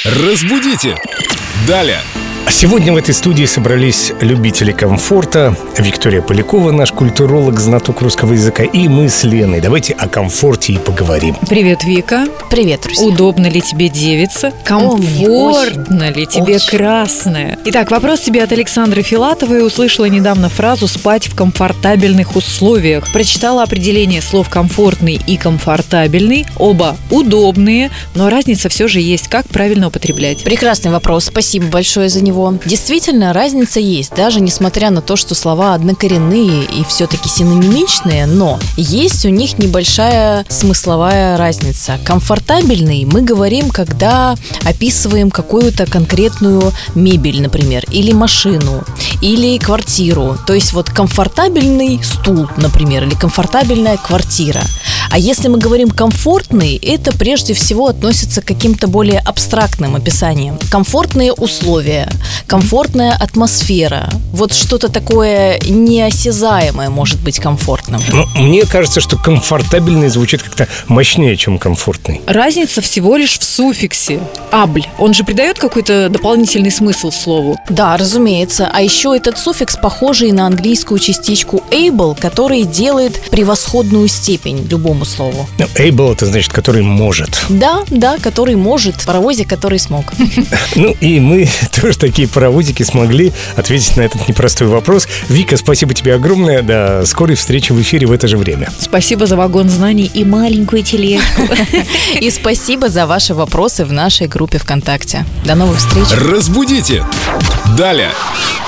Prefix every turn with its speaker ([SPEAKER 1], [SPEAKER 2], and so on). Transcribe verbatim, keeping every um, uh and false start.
[SPEAKER 1] Разбудите! Далее!
[SPEAKER 2] Сегодня в этой студии собрались любители комфорта. Виктория Полякова, наш культуролог, знаток русского языка, и мы с Леной. Давайте о комфорте и поговорим.
[SPEAKER 3] Привет, Вика.
[SPEAKER 4] Привет, друзья.
[SPEAKER 3] Удобно ли тебе девица? Комфортно ли тебе
[SPEAKER 4] очень.
[SPEAKER 3] красное? Итак, вопрос тебе от Александры Филатовой. Услышала недавно фразу «спать в комфортабельных условиях». Прочитала определение слов «комфортный» и «комфортабельный». Оба удобные, но разница все же есть. Как правильно употреблять?
[SPEAKER 4] Прекрасный вопрос, спасибо большое за него. Действительно, разница есть, даже несмотря на то, что слова однокоренные и все-таки синонимичные, но есть у них небольшая смысловая разница. Комфортабельный мы говорим, когда описываем какую-то конкретную мебель, например, или машину, или квартиру. То есть вот комфортабельный стул, например, или комфортабельная квартира. А если мы говорим комфортный, это прежде всего относится к каким-то более абстрактным описаниям. Комфортные условия, комфортная атмосфера. Вот что-то такое неосязаемое может быть комфортным.
[SPEAKER 2] Но мне кажется, что комфортабельный звучит как-то мощнее, чем комфортный.
[SPEAKER 3] Разница всего лишь в суффиксе. «Абль». Он же придает какой-то дополнительный смысл слову.
[SPEAKER 4] Да, разумеется. А еще этот суффикс похожий на английскую частичку able, который делает превосходную степень любому слову.
[SPEAKER 2] Ну, able — это значит, который может.
[SPEAKER 4] Да, да, который может. Паровозик, который смог.
[SPEAKER 2] Ну и мы тоже такие паровозики смогли ответить на этот непростой вопрос. Вика, спасибо тебе огромное. До скорой встречи в эфире в это же время.
[SPEAKER 3] Спасибо за вагон знаний и маленькую тележку.
[SPEAKER 4] И спасибо за ваши вопросы в нашей группе ВКонтакте. До новых встреч.
[SPEAKER 1] Разбудите! Далее!